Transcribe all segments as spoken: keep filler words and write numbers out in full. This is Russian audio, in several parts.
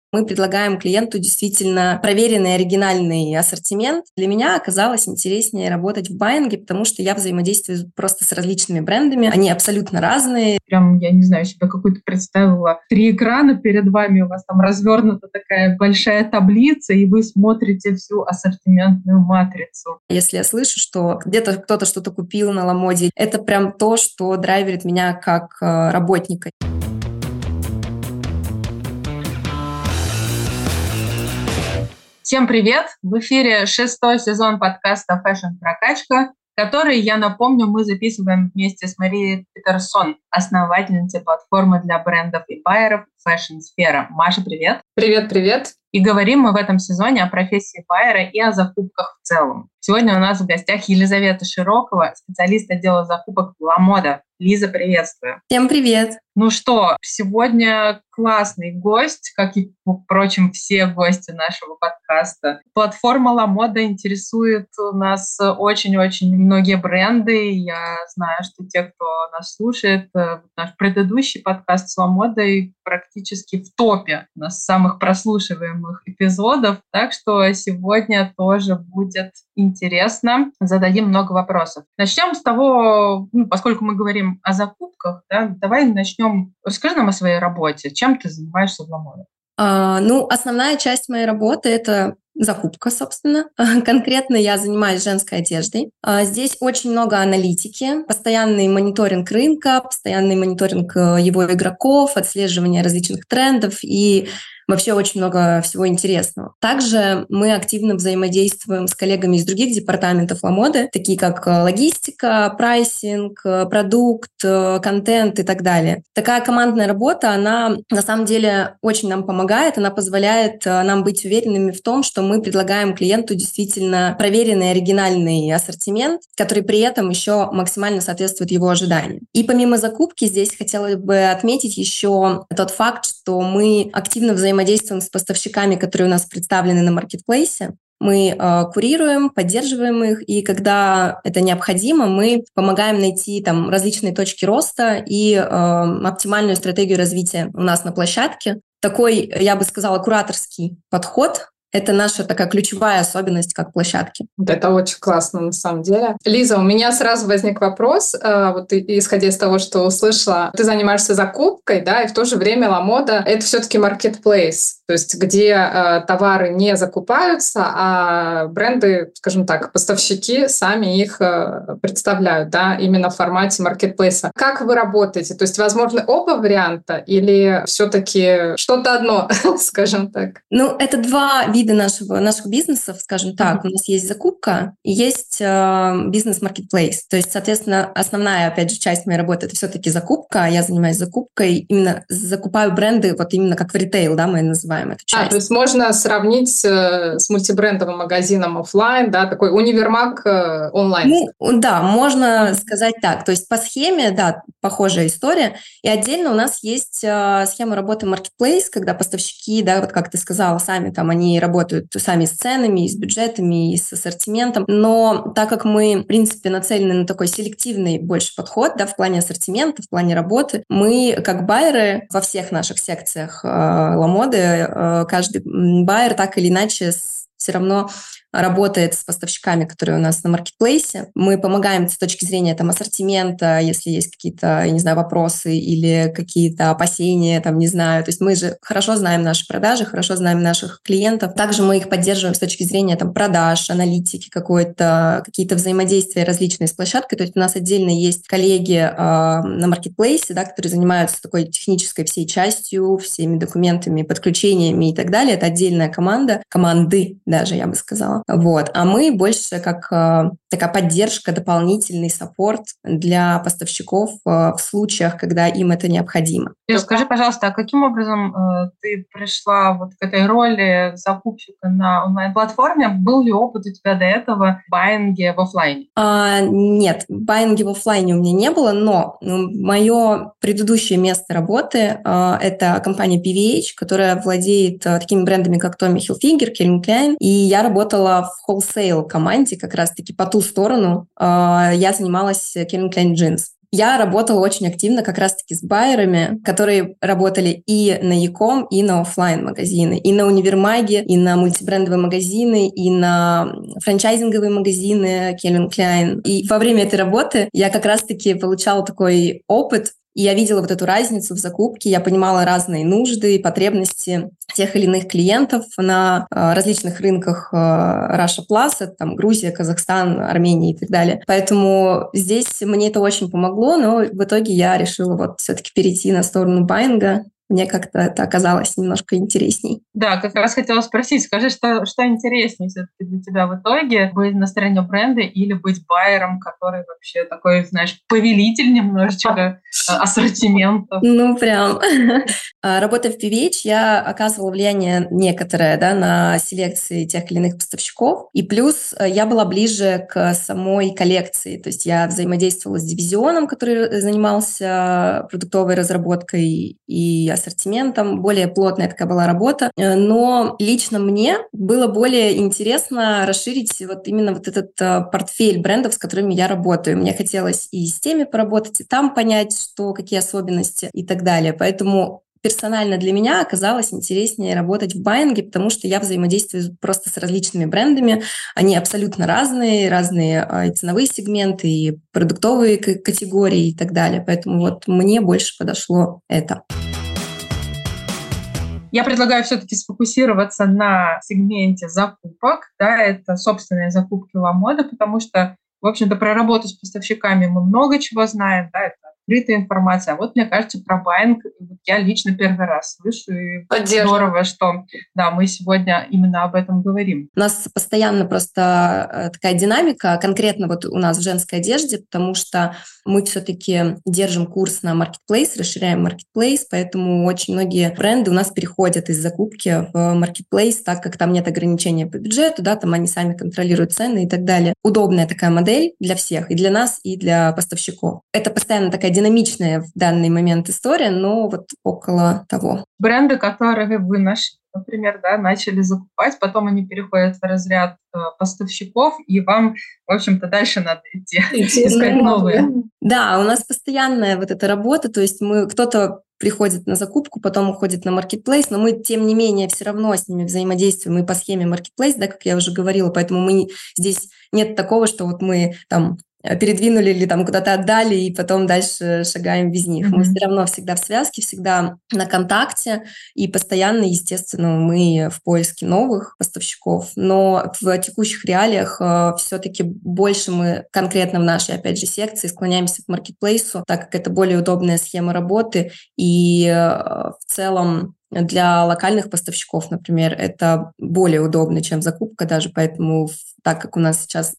Мы предлагаем клиенту действительно проверенный оригинальный ассортимент. Для меня оказалось интереснее работать в Buying, потому что я взаимодействую просто с различными брендами. Они абсолютно разные. Прям, я не знаю, себе какую-то представила. Три экрана перед вами, у вас там развернута такая большая таблица, и вы смотрите всю ассортиментную матрицу. Если я слышу, что где-то кто-то что-то купил на Ламоде, это прям то, что драйверит меня как э, работника. Всем привет! В эфире шестой сезон подкаста «Fashion Прокачка», который, я напомню, мы записываем вместе с Марией Петерсон, основательницей платформы для брендов и байеров Fashion Сфера. Маша, привет! Привет-привет! И говорим мы в этом сезоне о профессии байера и о закупках в целом. Сегодня у нас в гостях Елизавета Широкова, специалист отдела закупок Ламода. Лиза, приветствую! Всем привет! Ну что, сегодня классный гость, как и, впрочем, все гости нашего подкаста. Платформа Ламода интересует нас очень-очень многие бренды. Я знаю, что те, кто нас слушает, наш предыдущий подкаст с Ламодой практически в топе у нас самых прослушиваемых эпизодов. Так что сегодня тоже будет интересно. Зададим много вопросов. Начнем с того, ну, поскольку мы говорим о закупках, да, давай начнем. Расскажи нам о своей работе. Чем ты занимаешься в Ламоде? А, ну, основная часть моей работы – это закупка, собственно. Конкретно я занимаюсь женской одеждой. Здесь очень много аналитики, постоянный мониторинг рынка, постоянный мониторинг его игроков, отслеживание различных трендов и вообще очень много всего интересного. Также мы активно взаимодействуем с коллегами из других департаментов Ламоды, такие как логистика, прайсинг, продукт, контент и так далее. Такая командная работа, она на самом деле очень нам помогает, она позволяет нам быть уверенными в том, что мы предлагаем клиенту действительно проверенный оригинальный ассортимент, который при этом еще максимально соответствует его ожиданиям. И помимо закупки здесь хотела бы отметить еще тот факт, что мы активно взаимодействуем Взаимодействуем с поставщиками, которые у нас представлены на маркетплейсе. Мы э, курируем, поддерживаем их, и когда это необходимо, мы помогаем найти там различные точки роста и э, оптимальную стратегию развития у нас на площадке. Такой, я бы сказала, кураторский подход. Это наша такая ключевая особенность как площадки. Это очень классно, на самом деле. Лиза, у меня сразу возник вопрос, вот исходя из того, что услышала. Ты занимаешься закупкой, да, и в то же время Ламода — это все-таки маркетплейс, то есть где э, товары не закупаются, а бренды, скажем так, поставщики сами их э, представляют, да, именно в формате маркетплейса. Как вы работаете? То есть, возможно, оба варианта или все-таки что-то одно, скажем так? Ну, это два вида виды нашего, наших бизнесов, скажем так. Mm-hmm. У нас есть закупка и есть э, бизнес-маркетплейс. То есть, соответственно, основная, опять же, часть моей работы — это все-таки закупка. Я занимаюсь закупкой, именно закупаю бренды вот именно как в ритейл, да, мы называем эту часть. А, то есть можно сравнить э, с мультибрендовым магазином офлайн, да, такой универмаг э, онлайн. Ну, да, можно сказать так. То есть по схеме, да, похожая история. И отдельно у нас есть э, схема работы маркетплейс, когда поставщики, да, вот как ты сказала, сами там, они работают работают сами с ценами, и с бюджетами, и с ассортиментом. Но так как мы, в принципе, нацелены на такой селективный больше подход, да, в плане ассортимента, в плане работы, мы, как байеры, во всех наших секциях э, Ламоды, э, каждый байер так или иначе все равно работает с поставщиками, которые у нас на маркетплейсе. Мы помогаем с точки зрения там, ассортимента, если есть какие-то, я не знаю, вопросы или какие-то опасения, там, не знаю. То есть мы же хорошо знаем наши продажи, хорошо знаем наших клиентов. Также мы их поддерживаем с точки зрения там, продаж, аналитики какой-то, какие-то взаимодействия различные с площадкой. То есть у нас отдельно есть коллеги э, на маркетплейсе, да, которые занимаются такой технической всей частью, всеми документами, подключениями и так далее. Это отдельная команда, команды даже, я бы сказала. Вот. А мы больше как э, такая поддержка, дополнительный саппорт для поставщиков э, в случаях, когда им это необходимо. Скажи, пожалуйста, а каким образом э, ты пришла вот к этой роли закупщика на онлайн-платформе? Был ли опыт у тебя до этого в байинге в офлайне? А, нет, байинге в офлайне у меня не было, но мое предыдущее место работы э, это компания пи ви эйч, которая владеет э, такими брендами, как Tommy Hilfiger, Calvin Klein, и я работала в wholesale команде как раз-таки по ту сторону. Я занималась Calvin Klein Jeans. Я работала очень активно как раз-таки с байерами, которые работали и на e-com, и на офлайн магазины, и на универмаги, и на мультибрендовые магазины, и на франчайзинговые магазины Calvin Klein. И во время этой работы я как раз-таки получала такой опыт, и я видела вот эту разницу в закупке, я понимала разные нужды и потребности тех или иных клиентов на э, различных рынках э, Russia Plus, это там Грузия, Казахстан, Армения и так далее. Поэтому здесь мне это очень помогло, но в итоге я решила вот все-таки перейти на сторону байинга. Мне как-то это оказалось немножко интересней. Да, как раз хотела спросить, скажи, что, что интереснее все-таки для тебя в итоге, быть на стороне бренда или быть байером, который вообще такой, знаешь, повелитель немножечко ассортимента? Ну, прям. Работая в пи ви эйч, я оказывала влияние некоторое, да, на селекции тех или иных поставщиков. И плюс я была ближе к самой коллекции. То есть я взаимодействовала с дивизионом, который занимался продуктовой разработкой и ассортиментом. Более плотная такая была работа. Но лично мне было более интересно расширить вот именно вот этот портфель брендов, с которыми я работаю. Мне хотелось и с теми поработать, и там понять, что, какие особенности и так далее. Поэтому персонально для меня оказалось интереснее работать в байинге, потому что я взаимодействую просто с различными брендами. Они абсолютно разные, разные и ценовые сегменты, и продуктовые категории и так далее. Поэтому вот мне больше подошло это. Я предлагаю все-таки сфокусироваться на сегменте закупок. Да, это собственные закупки Ламода, потому что, в общем-то, про работу с поставщиками мы много чего знаем, да, это открытая информация. А вот, мне кажется, про байинг я лично первый раз слышу. И здорово, что да, мы сегодня именно об этом говорим. У нас постоянно просто такая динамика, конкретно вот у нас в женской одежде, потому что мы все-таки держим курс на маркетплейс, расширяем маркетплейс, поэтому очень многие бренды у нас переходят из закупки в маркетплейс, так как там нет ограничения по бюджету, да, там они сами контролируют цены и так далее. Удобная такая модель для всех, и для нас, и для поставщиков. Это постоянно такая динамичная в данный момент история, но вот около того. Бренды, которые вы нашли, например, да, начали закупать, потом они переходят в разряд э, поставщиков, и вам, в общем-то, дальше надо идти, искать новые. Да, у нас постоянная вот эта работа, то есть мы кто-то приходит на закупку, потом уходит на маркетплейс, но мы, тем не менее, все равно с ними взаимодействуем и по схеме маркетплейс, да, как я уже говорила, поэтому мы здесь нет такого, что вот мы там передвинули или там куда-то отдали, и потом дальше шагаем без них. Mm-hmm. Мы все равно всегда в связке, всегда на контакте, и постоянно, естественно, мы в поиске новых поставщиков. Но в текущих реалиях э, все-таки больше мы конкретно в нашей, опять же, секции склоняемся к маркетплейсу, так как это более удобная схема работы, и э, в целом для локальных поставщиков, например, это более удобно, чем закупка даже, поэтому так как у нас сейчас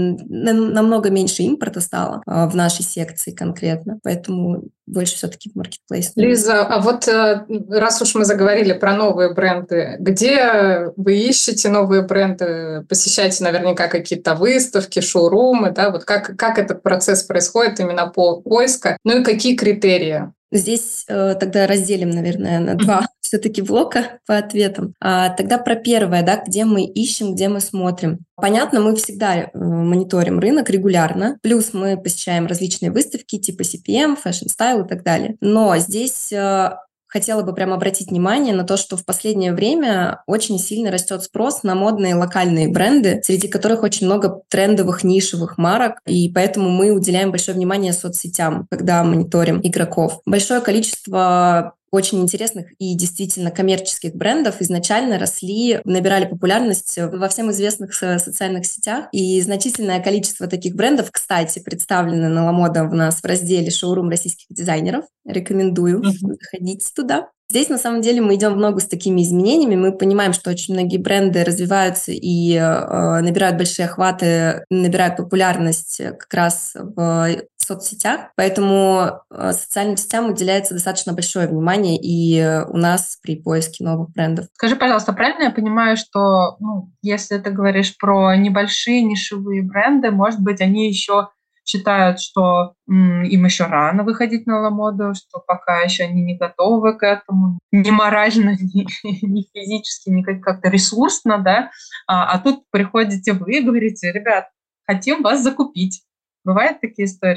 намного меньше импорта стало в нашей секции конкретно, поэтому больше все-таки в маркетплейс. Лиза, а вот раз уж мы заговорили про новые бренды, где вы ищете новые бренды? Посещаете наверняка какие-то выставки, шоурумы, да? Вот как, как этот процесс происходит именно по поиску? Ну и какие критерии? Здесь э, тогда разделим, наверное, на два mm-hmm. все-таки блока по ответам. А, тогда про первое, да, где мы ищем, где мы смотрим. Понятно, мы всегда э, мониторим рынок регулярно, плюс мы посещаем различные выставки типа си пи эм, Fashion Style и так далее. Но здесь... Э, Хотела бы прямо обратить внимание на то, что в последнее время очень сильно растет спрос на модные локальные бренды, среди которых очень много трендовых нишевых марок, и поэтому мы уделяем большое внимание соцсетям, когда мониторим игроков. Большое количество очень интересных и действительно коммерческих брендов изначально росли, набирали популярность во всем известных социальных сетях. И значительное количество таких брендов, кстати, представлены на Ламода у нас в разделе «Шоурум российских дизайнеров». Рекомендую mm-hmm. заходить туда. Здесь, на самом деле, мы идем в ногу с такими изменениями. Мы понимаем, что очень многие бренды развиваются и э, набирают большие охваты, набирают популярность как раз в соцсетях. Поэтому э, социальным сетям уделяется достаточно большое внимание и э, у нас при поиске новых брендов. Скажи, пожалуйста, правильно я понимаю, что ну, если ты говоришь про небольшие нишевые бренды, может быть, они еще считают, что м, им еще рано выходить на Ламоду, что пока еще они не готовы к этому, ни морально, ни, ни физически, ни как-то ресурсно, да, а, а тут приходите вы и говорите: ребят, хотим вас закупить. Бывают такие истории?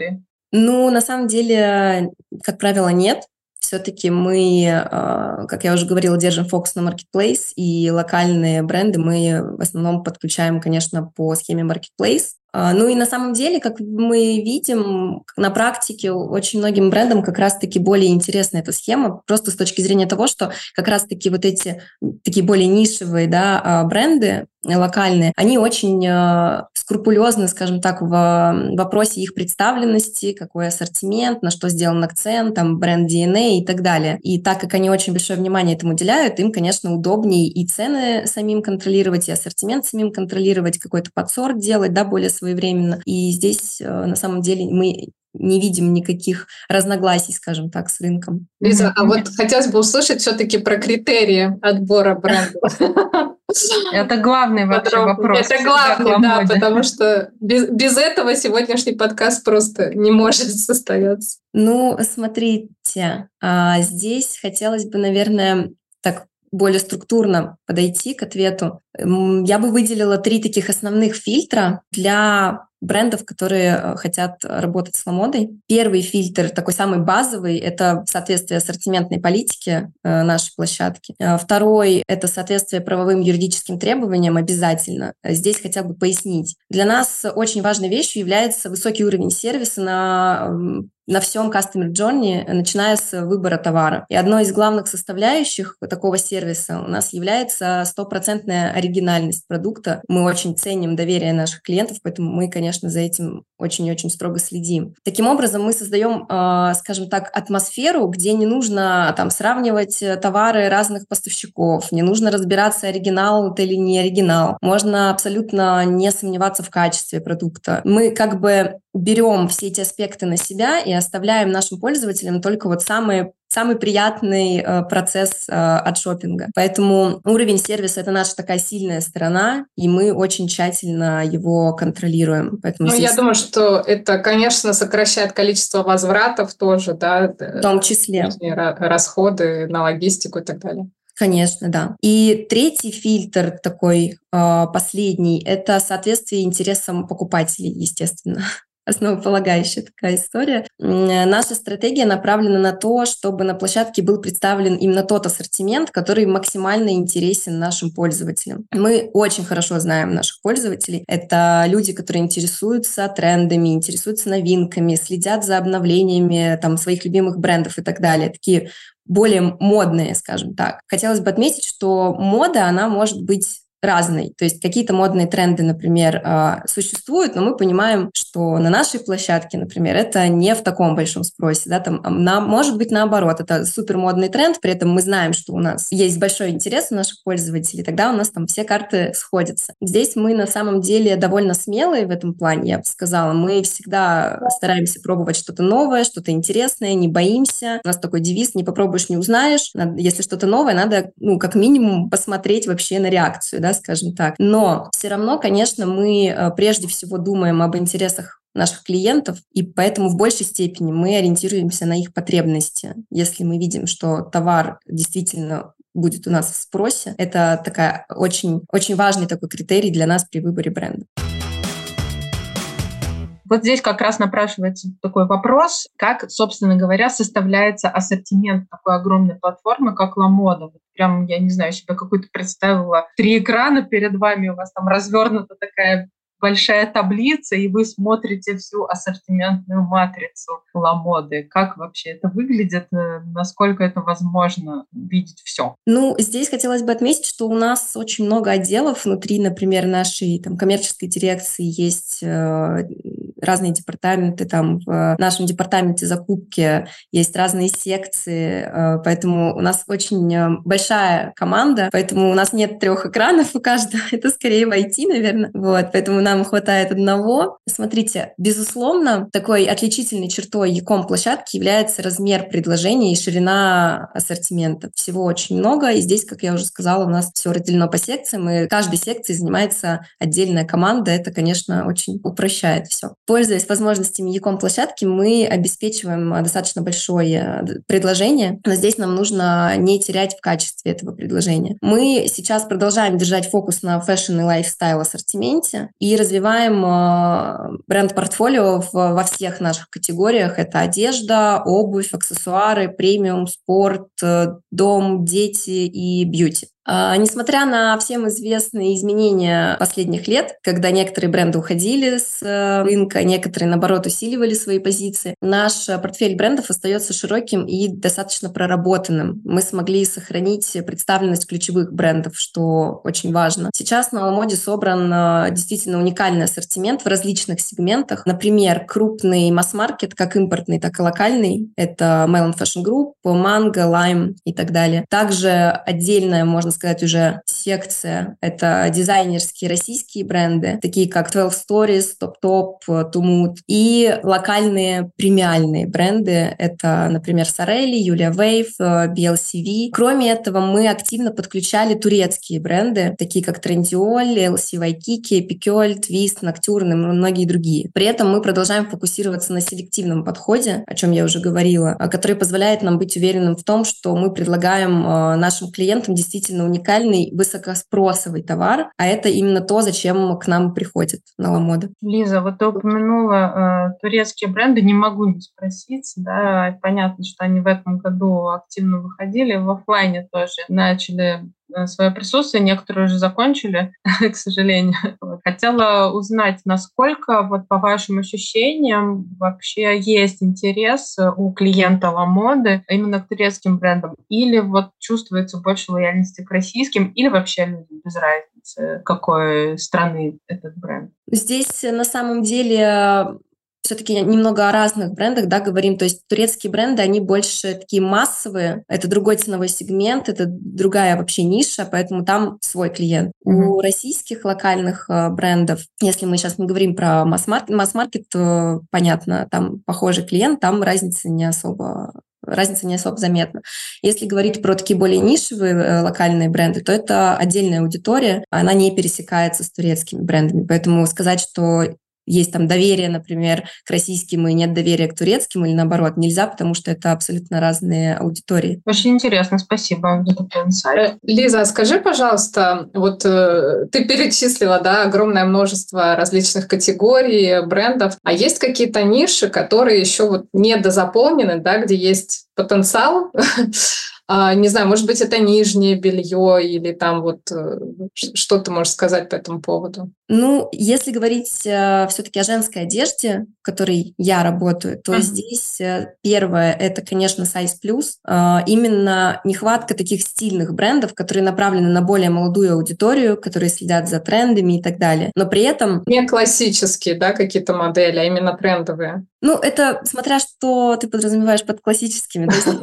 Ну, на самом деле, как правило, нет. Все-таки мы, как я уже говорила, держим фокус на marketplace, и локальные бренды мы в основном подключаем, конечно, по схеме marketplace. Ну и на самом деле, как мы видим, на практике очень многим брендам как раз-таки более интересна эта схема, просто с точки зрения того, что как раз-таки вот эти такие более нишевые, да, бренды локальные, они очень скрупулезны, скажем так, в вопросе их представленности, какой ассортимент, на что сделан акцент, там, бренд ди эн эй и так далее. И так как они очень большое внимание этому уделяют, им, конечно, удобнее и цены самим контролировать, и ассортимент самим контролировать, какой-то подсорт делать, да, более своевременно. И здесь на самом деле мы не видим никаких разногласий, скажем так, с рынком. Лиза, а вот хотелось бы услышать все-таки про критерии отбора бренда. Это главный вообще вопрос. Это главный, да, потому что без, без этого сегодняшний подкаст просто не может состояться. Ну, смотрите, здесь хотелось бы, наверное, так более структурно подойти к ответу. Я бы выделила три таких основных фильтра для брендов, которые хотят работать с ламодой. Первый фильтр, такой самый базовый, это соответствие ассортиментной политике э, нашей площадки. Второй — это соответствие правовым юридическим требованиям обязательно. Здесь хотя бы пояснить. Для нас очень важной вещью является высокий уровень сервиса на на всем Customer Journey, начиная с выбора товара. И одной из главных составляющих такого сервиса у нас является стопроцентная оригинальность продукта. Мы очень ценим доверие наших клиентов, поэтому мы, конечно, за этим очень-очень строго следим. Таким образом, мы создаем, скажем так, атмосферу, где не нужно там сравнивать товары разных поставщиков, не нужно разбираться, оригинал это или не оригинал. Можно абсолютно не сомневаться в качестве продукта. Мы как бы берем все эти аспекты на себя и оставляем нашим пользователям только вот самые самый приятный э, процесс э, от шопинга. Поэтому уровень сервиса — это наша такая сильная сторона, и мы очень тщательно его контролируем. Поэтому ну, здесь... я думаю, что это, конечно, сокращает количество возвратов тоже, да? В том числе. Расходы на логистику и так далее. Конечно, да. И третий фильтр, такой э, последний, это соответствие интересам покупателей, естественно. Основополагающая такая история. Наша стратегия направлена на то, чтобы на площадке был представлен именно тот ассортимент, который максимально интересен нашим пользователям. Мы очень хорошо знаем наших пользователей. Это люди, которые интересуются трендами, интересуются новинками, следят за обновлениями там, своих любимых брендов и так далее. Такие более модные, скажем так. Хотелось бы отметить, что мода, она может быть разный. То есть какие-то модные тренды, например, существуют, но мы понимаем, что на нашей площадке, например, это не в таком большом спросе. Да? Там, на, может быть, наоборот, это супер модный тренд, при этом мы знаем, что у нас есть большой интерес у наших пользователей, тогда у нас там все карты сходятся. Здесь мы на самом деле довольно смелые в этом плане, я бы сказала. Мы всегда стараемся пробовать что-то новое, что-то интересное, не боимся. У нас такой девиз: не попробуешь, не узнаешь. Надо, если что-то новое, надо, ну, как минимум посмотреть вообще на реакцию, да, скажем так. Но все равно, конечно, мы прежде всего думаем об интересах наших клиентов, и поэтому в большей степени мы ориентируемся на их потребности. Если мы видим, что товар действительно будет у нас в спросе, это такая очень, очень важный такой критерий для нас при выборе бренда. Вот здесь как раз напрашивается такой вопрос, как, собственно говоря, составляется ассортимент такой огромной платформы, как Ламода. Вот прям, я не знаю, себе какую-то представила три экрана перед вами, у вас там развернута такая большая таблица, и вы смотрите всю ассортиментную матрицу Ламоды. Как вообще это выглядит? Насколько это возможно видеть все? Ну, здесь хотелось бы отметить, что у нас очень много отделов внутри, например, нашей там, коммерческой дирекции есть э, разные департаменты. Там в нашем департаменте закупки есть разные секции, э, поэтому у нас очень большая команда, поэтому у нас нет трех экранов у каждого. Это скорее в ай ти, наверное. Вот, поэтому нам хватает одного. Смотрите, безусловно, такой отличительной чертой e-com площадки является размер предложений и ширина ассортимента. Всего очень много, и здесь, как я уже сказала, у нас все разделено по секциям, и каждой секцией занимается отдельная команда. Это, конечно, очень упрощает все. Пользуясь возможностями e-com площадки, мы обеспечиваем достаточно большое предложение, но здесь нам нужно не терять в качестве этого предложения. Мы сейчас продолжаем держать фокус на фэшн и лайфстайл ассортименте и развиваем бренд-портфолио во всех наших категориях. Это одежда, обувь, аксессуары, премиум, спорт, дом, дети и бьюти. Несмотря на всем известные изменения последних лет, когда некоторые бренды уходили с рынка, некоторые, наоборот, усиливали свои позиции, наш портфель брендов остается широким и достаточно проработанным. Мы смогли сохранить представленность ключевых брендов, что очень важно. Сейчас на Ламоде собран действительно уникальный ассортимент в различных сегментах. Например, крупный масс-маркет, как импортный, так и локальный. Это Melon Fashion Group, Mango, Lime и так далее. Также отдельная, можно сказать, сказать, уже секция. Это дизайнерские российские бренды, такие как twelve stories, Top Top, Tumut, и локальные премиальные бренды. Это, например, Sorelli, Julia Wave, би эл си ви. Кроме этого, мы активно подключали турецкие бренды, такие как Trendyol, эл си Waikiki, Picole, Twist, Nocturne и многие другие. При этом мы продолжаем фокусироваться на селективном подходе, о чем я уже говорила, который позволяет нам быть уверенным в том, что мы предлагаем нашим клиентам действительно уникальный, высокоспросовый товар, а это именно то, зачем к нам приходят на Ламода. Лиза, вот ты упомянула э, турецкие бренды, не могу не спросить, да, понятно, что они в этом году активно выходили, в офлайне тоже начали свое присутствие, некоторые уже закончили, к сожалению. Хотела узнать, насколько, вот по вашим ощущениям, вообще есть интерес у клиента Ламоды именно к турецким брендам, или вот чувствуется больше лояльности к российским, или вообще людям без разницы, какой страны этот бренд? Здесь на самом деле все-таки немного о разных брендах, да, говорим. То есть турецкие бренды, они больше такие массовые, это другой ценовой сегмент, это другая вообще ниша, поэтому там свой клиент. Mm-hmm. У российских локальных э, брендов, если мы сейчас не говорим про масс-маркет, масс-маркет, то понятно, там похожий клиент, там разница не особо разница не особо заметна. Если говорить про такие более нишевые э, локальные бренды, то это отдельная аудитория, она не пересекается с турецкими брендами, поэтому сказать, что есть там доверие, например, к российским и нет доверия к турецким, или наоборот, нельзя, потому что это абсолютно разные аудитории. Очень интересно, спасибо за такой инсайт. Лиза, скажи, пожалуйста, вот э, ты перечислила, да, огромное множество различных категорий, брендов, а есть какие-то ниши, которые еще вот недозаполнены, да, где есть потенциал? Не знаю, может быть, это нижнее белье или там вот что ты можешь сказать по этому поводу? Ну, если говорить э, все-таки о женской одежде, в которой я работаю, то uh-huh. здесь э, первое, это, конечно, Size Plus. Э, именно нехватка таких стильных брендов, которые направлены на более молодую аудиторию, которые следят за трендами и так далее. Но при этом... Не классические, да, какие-то модели, а именно трендовые. Ну, это смотря что ты подразумеваешь под классическими.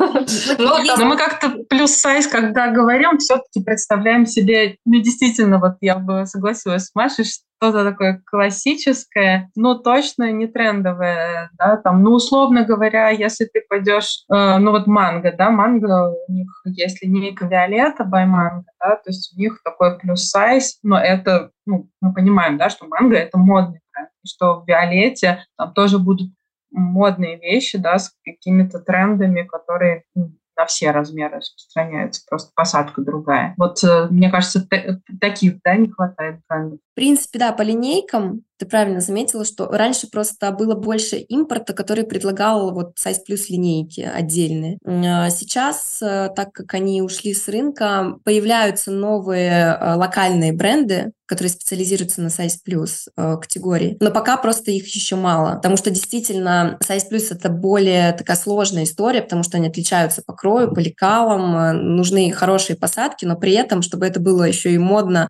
Но мы как-то плюс-сайз, когда говорим, все-таки представляем себе, ну, действительно, вот я бы согласилась с Машей, что-то такое классическое, но точно не трендовое, да, там, ну, условно говоря, если ты пойдешь, э, ну, вот Манго, да, Манго, у них есть линейка Виолетта by Mango, да, то есть у них такой плюс-сайз, но это, ну, мы понимаем, да, что Манго — это модный бренд, и что в Виолетте там тоже будут модные вещи, да, с какими-то трендами, которые ну, на все размеры распространяются, просто посадка другая. Вот, мне кажется, т- таких, да, не хватает брендов. В принципе, да, по линейкам ты правильно заметила, что раньше просто было больше импорта, который предлагал вот Size Plus линейки отдельные. Сейчас, так как они ушли с рынка, появляются новые локальные бренды, которые специализируются на Size Plus категории. Но пока просто их еще мало, потому что действительно Size Plus — это более такая сложная история, потому что они отличаются по крою, по лекалам, нужны хорошие посадки, но при этом, чтобы это было еще и модно,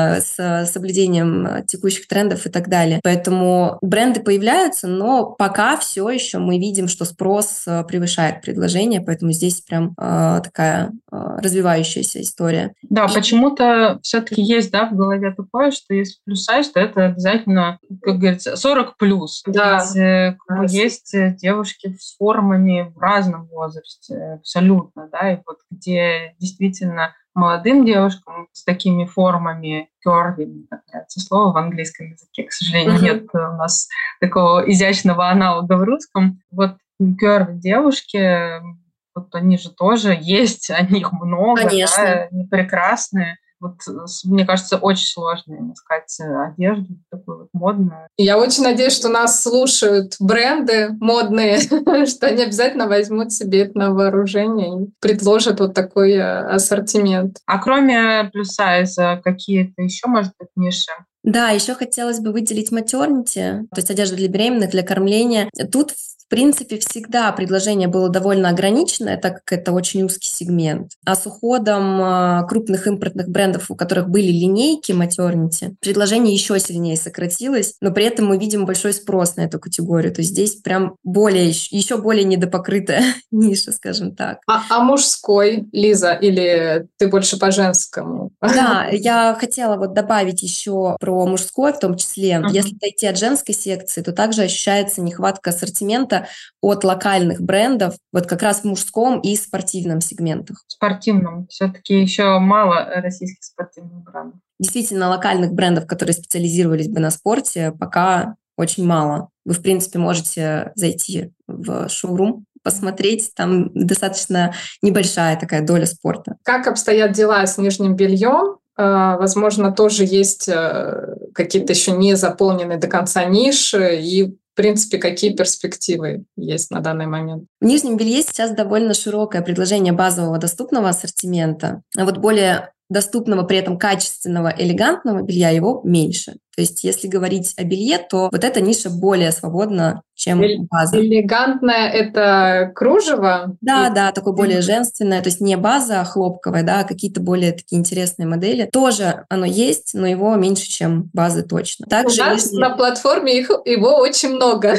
с соблюдением текущих трендов и так далее. Поэтому бренды появляются, но пока все еще мы видим, что спрос превышает предложение, поэтому здесь прям э, такая э, развивающаяся история. Да, и... почему-то все-таки есть, да, в голове такое, что если плюс-сайз, то это обязательно, как говорится, сорок плюс. Да. Ведь, да. Есть девушки с формами в разном возрасте, абсолютно, да, и вот где действительно молодым девушкам с такими формами curvy, мне так нравится слово в английском языке, к сожалению, mm-hmm. нет у нас такого изящного аналога в русском. Вот curvy девушки, вот они же тоже есть, о них много, да, они прекрасные. Вот, мне кажется, очень сложно им искать одежду такую вот модную. Я очень надеюсь, что нас слушают бренды модные, что они обязательно возьмут себе это на вооружение и предложат вот такой ассортимент. А кроме плюс-сайза, какие-то еще, может быть, ниши? Да, еще хотелось бы выделить матернити, то есть одежда для беременных, для кормления. Тут, в принципе, всегда предложение было довольно ограниченное, так как это очень узкий сегмент. А с уходом крупных импортных брендов, у которых были линейки матернити, предложение еще сильнее сократилось, но при этом мы видим большой спрос на эту категорию. То есть здесь прям более, еще более недопокрытая ниша, скажем так. А, а мужской, Лиза, или ты больше по женскому? Да, я хотела вот добавить еще про мужской в том числе. Uh-huh. Если дойти от женской секции, то также ощущается нехватка ассортимента от локальных брендов, вот как раз в мужском и спортивном сегментах. В спортивном. Все-таки еще мало российских спортивных брендов. Действительно, локальных брендов, которые специализировались бы на спорте, пока очень мало. Вы, в принципе, можете зайти в шоурум, посмотреть, там достаточно небольшая такая доля спорта. Как обстоят дела с нижним бельем? Возможно, тоже есть какие-то еще не заполненные до конца ниши, и, в принципе, какие перспективы есть на данный момент? В нижнем белье сейчас довольно широкое предложение базового доступного ассортимента, а вот более доступного, при этом качественного, элегантного белья его меньше. То есть если говорить о белье, то вот эта ниша более свободна, чем база. Элегантное — это кружево? Да, и... да, такое более женственное, то есть не база хлопковая, да, а какие-то более такие интересные модели. Тоже оно есть, но его меньше, чем базы точно. Также У нас нижние... на платформе их, его очень много.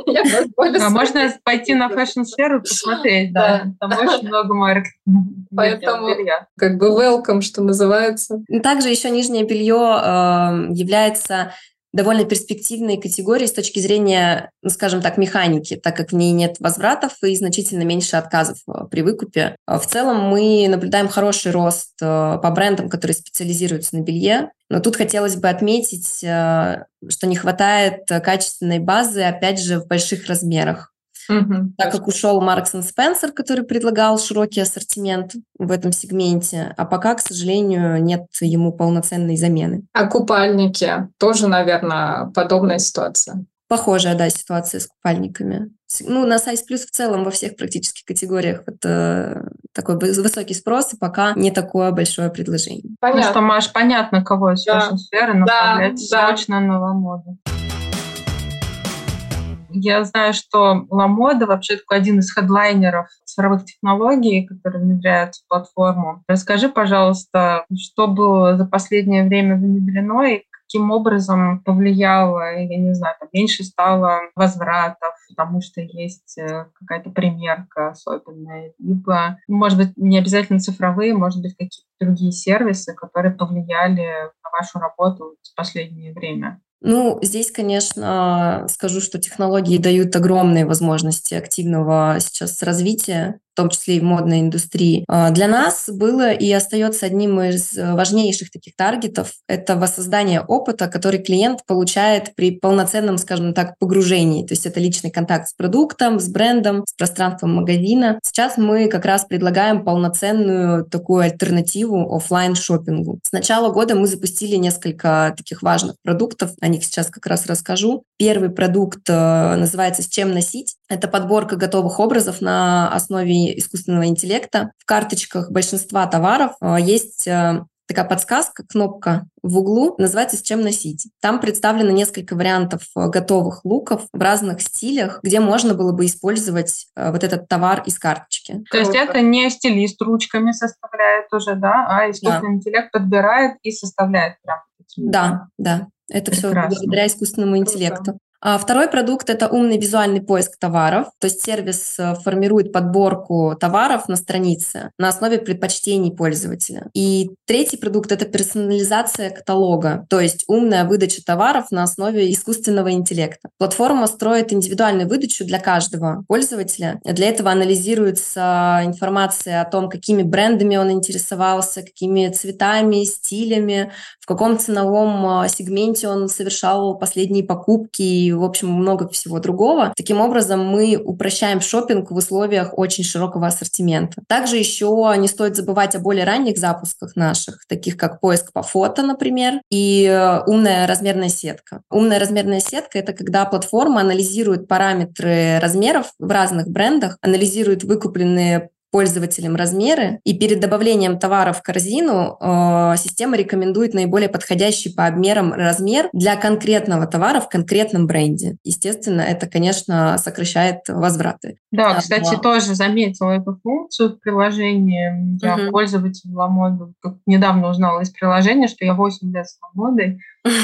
А можно пойти на фэшн-сферу посмотреть, да, там очень много марок. Поэтому как бы welcome, что называется. Также еще нижнее белье является довольно перспективной категорией с точки зрения, ну, скажем так, механики, так как в ней нет возвратов и значительно меньше отказов при выкупе. В целом мы наблюдаем хороший рост по брендам, которые специализируются на белье, но тут хотелось бы отметить, что не хватает качественной базы, опять же, в больших размерах. Угу, так как ушел Маркс энд Спенсер, который предлагал широкий ассортимент в этом сегменте, а пока, к сожалению, нет ему полноценной замены. А купальники? Тоже, наверное, подобная ситуация? Похожая, да, ситуация с купальниками. Ну, на Size Plus в целом во всех практически категориях вот, э, такой высокий спрос, и пока не такое большое предложение. Понятно. Ну что, Маш, понятно, кого из да. фэшн-сферы направлять да, срочно да. на ламоду. Я знаю, что ламода вообще такой один из хедлайнеров цифровых технологий, которые внедряются в платформу. Расскажи, пожалуйста, что было за последнее время внедрено и каким образом повлияло, я не знаю, там меньше стало возвратов, потому что есть какая-то примерка особенная, либо, может быть, не обязательно цифровые, может быть, какие-то другие сервисы, которые повлияли на вашу работу в последнее время. Ну, здесь, конечно, скажу, что технологии дают огромные возможности активного сейчас развития, в том числе и в модной индустрии. Для нас было и остается одним из важнейших таких таргетов – это воссоздание опыта, который клиент получает при полноценном, скажем так, погружении. То есть это личный контакт с продуктом, с брендом, с пространством магазина. Сейчас мы как раз предлагаем полноценную такую альтернативу офлайн-шопингу. С начала года мы запустили несколько таких важных продуктов, о них сейчас как раз расскажу. Первый продукт называется «С чем носить?». Это подборка готовых образов на основе искусственного интеллекта. В карточках большинства товаров есть такая подсказка, кнопка в углу, называется «С чем носить?». Там представлено несколько вариантов готовых луков в разных стилях, где можно было бы использовать вот этот товар из карточки. То есть это не стилист ручками составляет уже, да, а искусственный да. интеллект подбирает и составляет прям. Да, да. Это Прекрасно. Все благодаря искусственному интеллекту. Круто. А второй продукт – это умный визуальный поиск товаров. То есть сервис формирует подборку товаров на странице на основе предпочтений пользователя. И третий продукт – это персонализация каталога, то есть умная выдача товаров на основе искусственного интеллекта. Платформа строит индивидуальную выдачу для каждого пользователя. Для этого анализируется информация о том, какими брендами он интересовался, какими цветами, стилями, в каком ценовом сегменте он совершал последние покупки, в общем, много всего другого. Таким образом, мы упрощаем шопинг в условиях очень широкого ассортимента. Также еще не стоит забывать о более ранних запусках наших, таких как поиск по фото, например, и умная размерная сетка. Умная размерная сетка — это когда платформа анализирует параметры размеров в разных брендах, анализирует выкупленные пользователям размеры, и перед добавлением товара в корзину э, система рекомендует наиболее подходящий по обмерам размер для конкретного товара в конкретном бренде. Естественно, это, конечно, сокращает возвраты. Да, кстати, а, тоже заметила эту функцию в приложении. Я угу. пользователь Ламоды. Недавно узнала из приложения, что я восемь лет с Ламодой.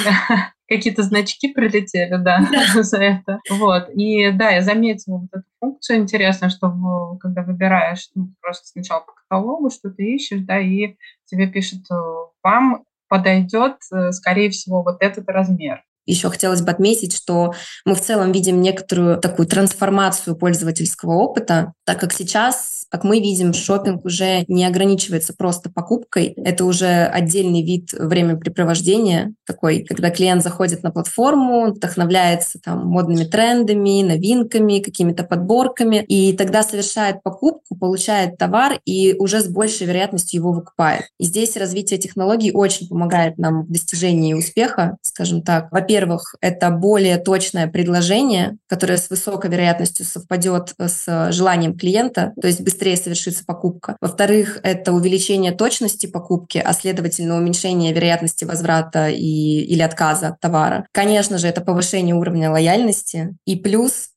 Какие-то значки прилетели, да, за это. Вот. И да, я заметила вот эту функцию. Интересно, что в, когда выбираешь, ну, просто сначала по каталогу что-то ищешь, да, и тебе пишут, вам подойдет, скорее всего, вот этот размер. Еще хотелось бы отметить, что мы в целом видим некоторую такую трансформацию пользовательского опыта, так как сейчас, как мы видим, шопинг уже не ограничивается просто покупкой. Это уже отдельный вид времяпрепровождения, такой, когда клиент заходит на платформу, вдохновляется там модными трендами, новинками, какими-то подборками, и тогда совершает покупку, получает товар и уже с большей вероятностью его выкупает. И здесь развитие технологий очень помогает нам в достижении успеха, скажем так. Во-первых, Во-первых, это более точное предложение, которое с высокой вероятностью совпадет с желанием клиента, то есть быстрее совершится покупка. Во-вторых, это увеличение точности покупки, а следовательно уменьшение вероятности возврата и, или отказа от товара. Конечно же, это повышение уровня лояльности. И плюс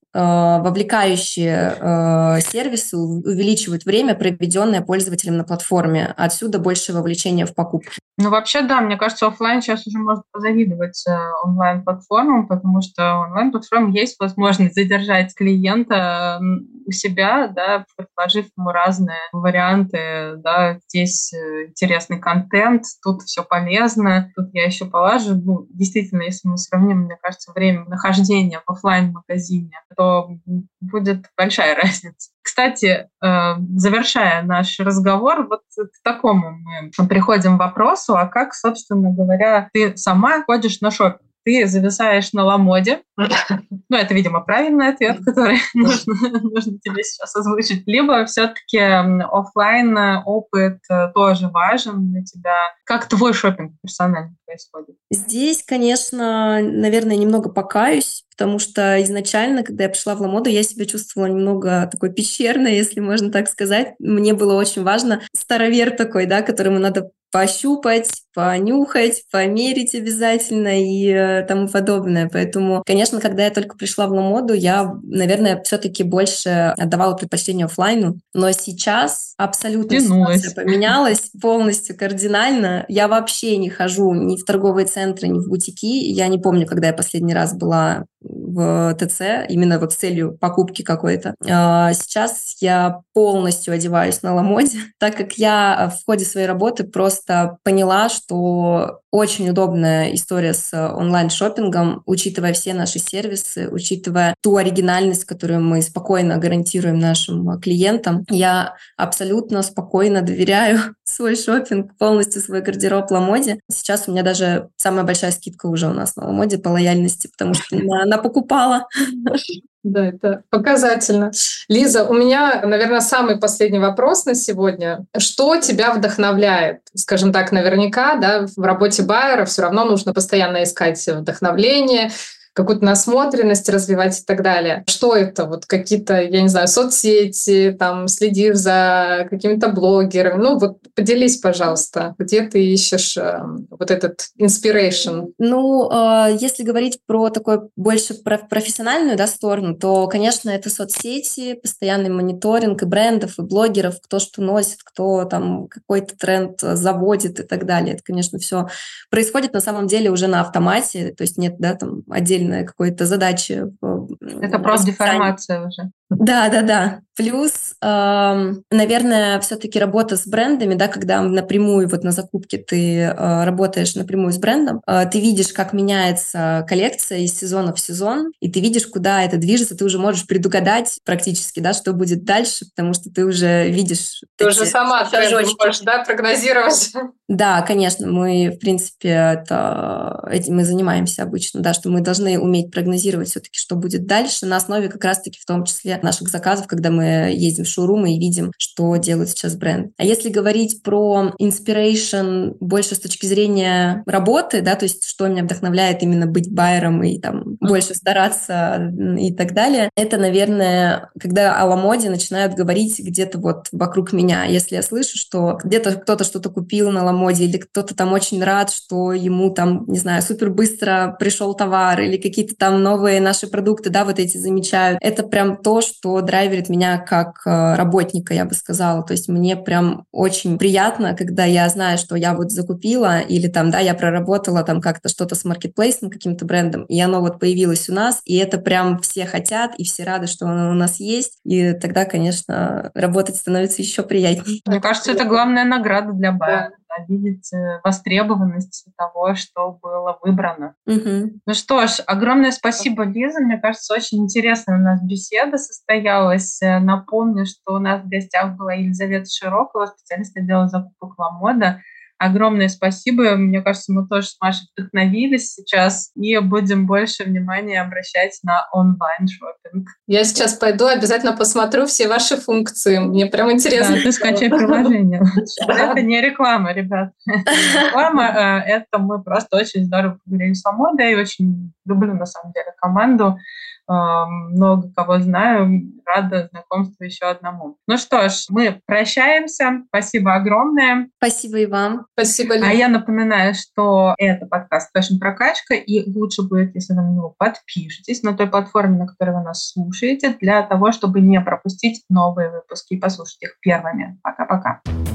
вовлекающие э, сервисы увеличивают время, проведенное пользователем на платформе. Отсюда больше вовлечения в покупки. Ну, вообще, да, мне кажется, офлайн сейчас уже можно позавидовать э, онлайн-платформам, потому что онлайн-платформ есть возможность задержать клиента у себя, да, предложив ему разные варианты, да, здесь интересный контент, тут все полезно, тут я еще положу. Ну, действительно, если мы сравним, мне кажется, время нахождения в офлайн-магазине, то будет большая разница. Кстати, завершая наш разговор, вот к такому мы приходим к вопросу, а как, собственно говоря, ты сама ходишь на шопинг? Ты зависаешь на Ламоде. Ну, это, видимо, правильный ответ, который нужно, нужно тебе сейчас озвучить. Либо все-таки офлайн опыт тоже важен для тебя. Как твой шопинг персонально происходит? Здесь, конечно, наверное, немного покаюсь, потому что изначально, когда я пришла в Ламоду, я себя чувствовала немного такой пещерной, если можно так сказать. Мне было очень важно старовер такой, да, которому надо пощупать, понюхать, померить обязательно и э, тому подобное. Поэтому, конечно, когда я только пришла в Ламоду, я, наверное, все-таки больше отдавала предпочтение офлайну. Но сейчас абсолютно Тянулась. ситуация поменялась полностью кардинально. Я вообще не хожу ни в торговые центры, ни в бутики. Я не помню, когда я последний раз была в ТЦ, именно вот с целью покупки какой-то. Сейчас я полностью одеваюсь на Ламоде, так как я в ходе своей работы просто поняла, что очень удобная история с онлайн-шоппингом, учитывая все наши сервисы, учитывая ту оригинальность, которую мы спокойно гарантируем нашим клиентам. Я абсолютно спокойно доверяю свой шопинг, полностью свой гардероб Ламоде. Сейчас у меня даже самая большая скидка уже у нас на Ламоде по лояльности, потому что она покупала. Да, это показательно. Лиза, у меня, наверное, самый последний вопрос на сегодня. Что тебя вдохновляет? Скажем так, наверняка, да, в работе байера все равно нужно постоянно искать вдохновление, какую-то насмотренность развивать и так далее. Что это? Вот какие-то, я не знаю, соцсети, там, следишь за какими-то блогерами? Ну, вот поделись, пожалуйста, где ты ищешь э, вот этот inspiration? Ну, э, если говорить про такой больше про профессиональную, да, сторону, то, конечно, это соцсети, постоянный мониторинг и брендов, и блогеров, кто что носит, кто там какой-то тренд заводит и так далее. Это, конечно, все происходит на самом деле уже на автомате, то есть нет, да, там отдельно какой-то задачи. Это просто деформация уже. Да, да, да. Плюс, э, наверное, все-таки работа с брендами, да, когда напрямую вот на закупке ты э, работаешь напрямую с брендом, э, ты видишь, как меняется коллекция из сезона в сезон, и ты видишь, куда это движется, ты уже можешь предугадать практически, да, что будет дальше, потому что ты уже видишь Ты эти уже сама тренды можешь, да, прогнозировать. Да, конечно, мы, в принципе, это, этим и занимаемся обычно, да, что мы должны уметь прогнозировать все-таки, что будет дальше, на основе как раз-таки в том числе наших заказов, когда мы ездим в шоурумы и видим, что делает сейчас бренд. А если говорить про inspiration больше с точки зрения работы, да, то есть что меня вдохновляет именно быть байером и там больше стараться и так далее, это, наверное, когда о ламоде начинают говорить где-то вот вокруг меня. Если я слышу, что где-то кто-то что-то купил на ламоде, или кто-то там очень рад, что ему там, не знаю, супер быстро пришел товар, или какие-то там новые наши продукты, да, вот эти замечают. Это прям то, что драйверит меня как э, работника, я бы сказала. То есть мне прям очень приятно, когда я знаю, что я вот закупила, или там, да, я проработала там как-то что-то с маркетплейсом, каким-то брендом, и оно вот появилось у нас, и это прям все хотят, и все рады, что оно у нас есть, и тогда, конечно, работать становится еще приятнее. Мне кажется, это главная награда для байера. Видеть востребованность того, что было выбрано. Угу. Ну что ж, огромное спасибо, Лиза. Мне кажется, очень интересная у нас беседа состоялась. Напомню, что у нас в гостях была Елизавета Широкова, специалист отдела закупок ламода. Огромное спасибо. Мне кажется, мы тоже с Машей вдохновились сейчас и будем больше внимания обращать на онлайн-шоппинг. Я сейчас пойду, обязательно посмотрю все ваши функции. Мне прям интересно. Да, ты скачай приложение. Это не реклама, ребят. Реклама — это мы просто очень здорово поговорили с ламодой. Очень люблю, на самом деле, команду. Много кого знаю. Рада знакомству еще одному. Ну что ж, мы прощаемся. Спасибо огромное. Спасибо и вам. Спасибо, Лиза. А я напоминаю, что это подкаст Fashion Прокачка, и лучше будет, если вы на него подпишетесь на той платформе, на которой вы нас слушаете, для того, чтобы не пропустить новые выпуски и послушать их первыми. Пока-пока.